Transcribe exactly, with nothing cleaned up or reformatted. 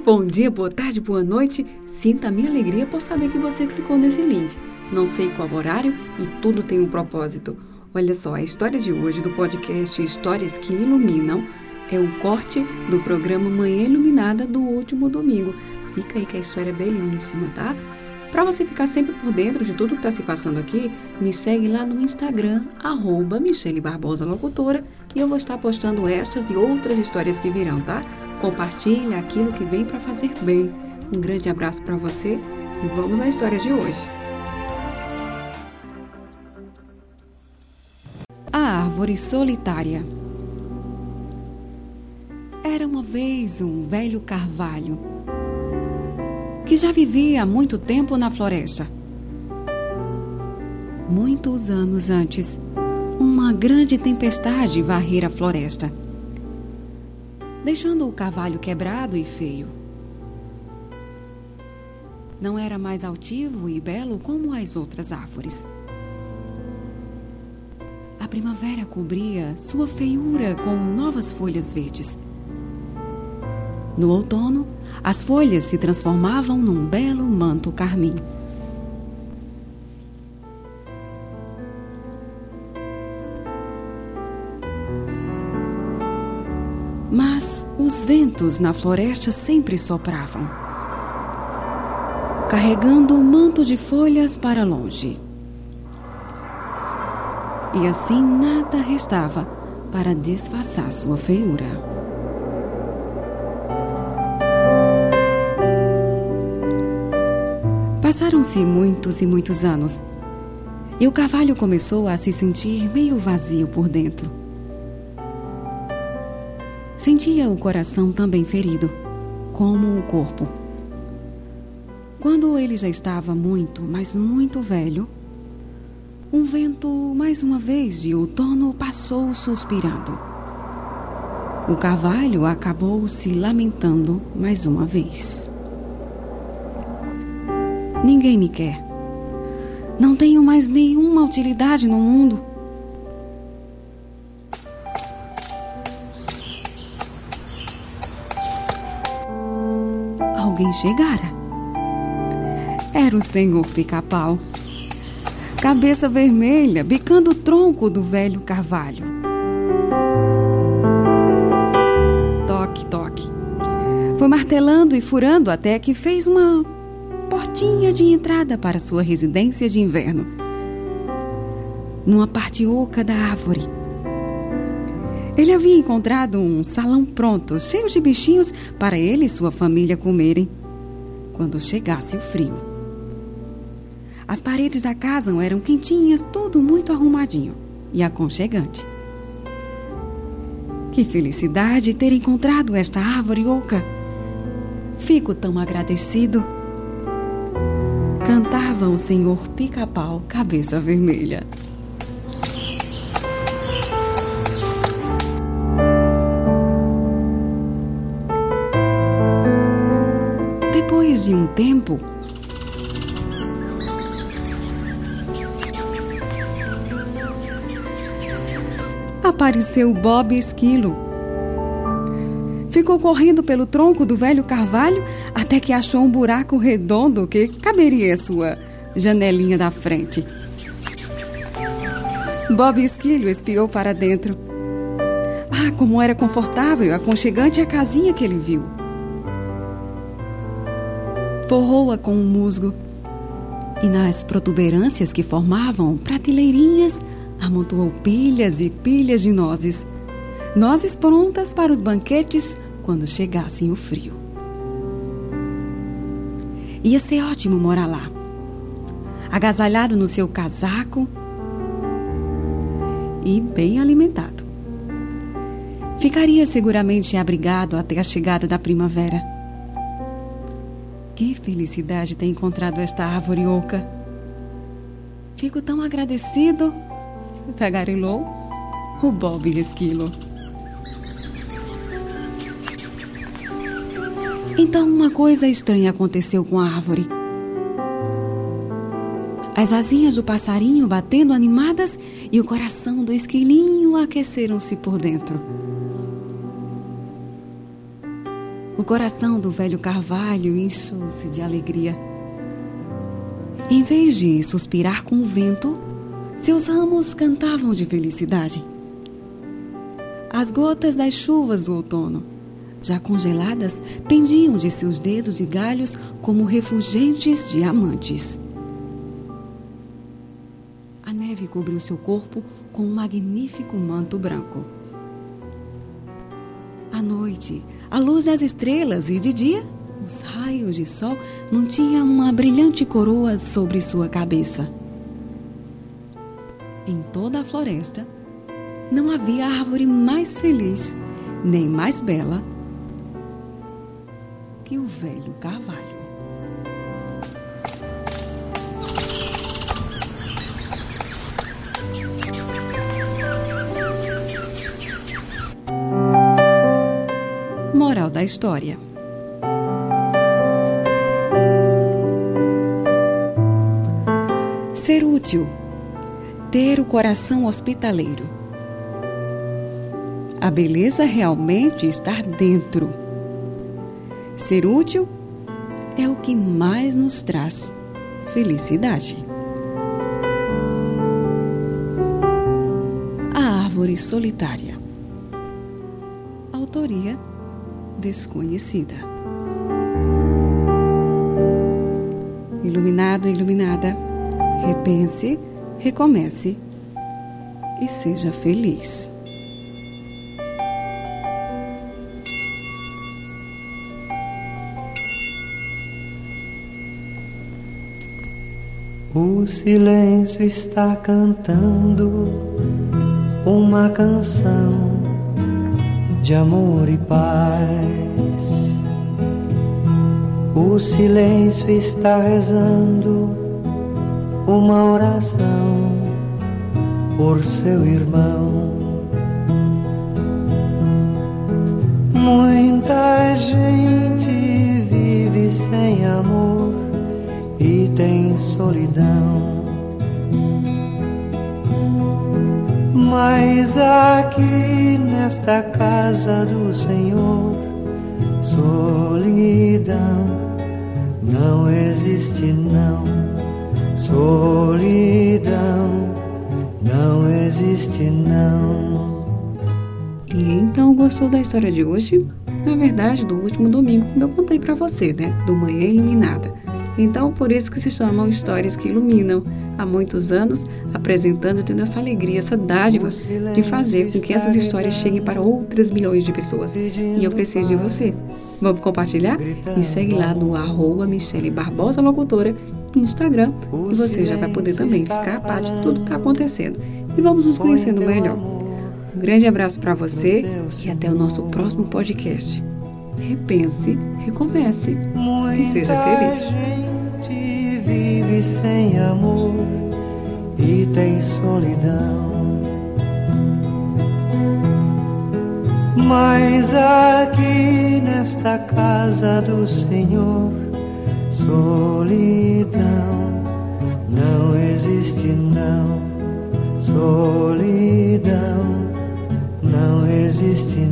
Bom dia, boa tarde, boa noite. Sinta a minha alegria por saber que você clicou nesse link. Não sei qual horário e tudo tem um propósito. Olha só, a história de hoje do podcast Histórias que Iluminam é um corte do programa Manhã Iluminada do último domingo. Fica aí que a história é belíssima, tá? Para você ficar sempre por dentro de tudo que está se passando aqui, me segue lá no Instagram, arroba Michele Barbosa Locutora, e eu vou estar postando estas e outras histórias que virão, tá? Compartilha aquilo que vem para fazer bem. Um grande abraço para você e vamos à história de hoje. A Árvore Solitária. Era uma vez um velho carvalho que já vivia há muito tempo na floresta. Muitos anos antes, uma grande tempestade varrera a floresta, deixando o carvalho quebrado e feio. Não era mais altivo e belo como as outras árvores. A primavera cobria sua feiura com novas folhas verdes. No outono, as folhas se transformavam num belo manto carmim. Mas os ventos na floresta sempre sopravam, carregando um manto de folhas para longe. E assim nada restava para disfarçar sua feiura. Passaram-se muitos e muitos anos, e o carvalho começou a se sentir meio vazio por dentro. Sentia o coração também ferido, como o corpo. Quando ele já estava muito, mas muito velho, um vento, mais uma vez de outono, passou suspirando. O carvalho acabou se lamentando mais uma vez. Ninguém me quer. Não tenho mais nenhuma utilidade no mundo. Alguém chegara. Era o senhor Pica-Pau, cabeça vermelha, bicando o tronco do velho carvalho. Toque, toque. Foi martelando e furando até que fez uma portinha de entrada para sua residência de inverno, numa parte oca da árvore. Ele havia encontrado um salão pronto, cheio de bichinhos para ele e sua família comerem quando chegasse o frio. As paredes da casa eram quentinhas, tudo muito arrumadinho e aconchegante. Que felicidade ter encontrado esta árvore oca! Fico tão agradecido. Cantava o senhor Pica-Pau, cabeça vermelha. Depois de um tempo, apareceu Bob Esquilo. Ficou correndo pelo tronco do velho carvalho até que achou um buraco redondo que caberia à sua janelinha da frente. Bob Esquilo espiou para dentro. Ah, como era confortável e aconchegante a casinha que ele viu. Forrou-a com um musgo e nas protuberâncias que formavam prateleirinhas amontoou pilhas e pilhas de nozes. Nozes prontas para os banquetes quando chegasse o frio. Ia ser ótimo morar lá, agasalhado no seu casaco e bem alimentado. Ficaria seguramente abrigado até a chegada da primavera. Que felicidade ter encontrado esta árvore oca! Fico tão agradecido, tagarelou o Bob Esquilo. Então uma coisa estranha aconteceu com a árvore. As asinhas do passarinho batendo animadas e o coração do esquilinho aqueceram-se por dentro. O coração do velho carvalho inchou-se de alegria. Em vez de suspirar com o vento, seus ramos cantavam de felicidade. As gotas das chuvas do outono, já congeladas, pendiam de seus dedos e galhos como refulgentes diamantes. A neve cobriu seu corpo com um magnífico manto branco. À noite, a luz das estrelas e de dia, os raios de sol mantinham uma brilhante coroa sobre sua cabeça. Em toda a floresta, não havia árvore mais feliz, nem mais bela que o velho carvalho. Moral da história: ser útil, ter o coração hospitaleiro. A beleza realmente está dentro. Ser útil é o que mais nos traz felicidade. A árvore solitária. Autoria desconhecida. Iluminado, iluminada, repense, recomece e seja feliz. O silêncio está cantando uma canção de amor e paz. O silêncio está rezando uma oração por seu irmão. Muita gente vive sem amor e tem solidão, mas aqui nesta casa do Senhor, solidão não existe não, solidão não existe não. E então, gostou da história de hoje? Na verdade, do último domingo, como eu contei pra você, né? Do Manhã Iluminada. Então, por isso que se chamam Histórias que Iluminam. Há muitos anos, apresentando e tendo essa alegria, essa dádiva de fazer com que essas histórias cheguem para outras milhões de pessoas. E eu preciso de você. Vamos compartilhar? Me segue lá no arroba Michele Barbosa Locutora no Instagram e você já vai poder também ficar a par de tudo que está acontecendo. E vamos nos conhecendo melhor. Um grande abraço para você e até o nosso próximo podcast. Repense, recomece e seja feliz. Vive sem amor e tem solidão, mas aqui nesta casa do Senhor, solidão não existe não, solidão não existe não.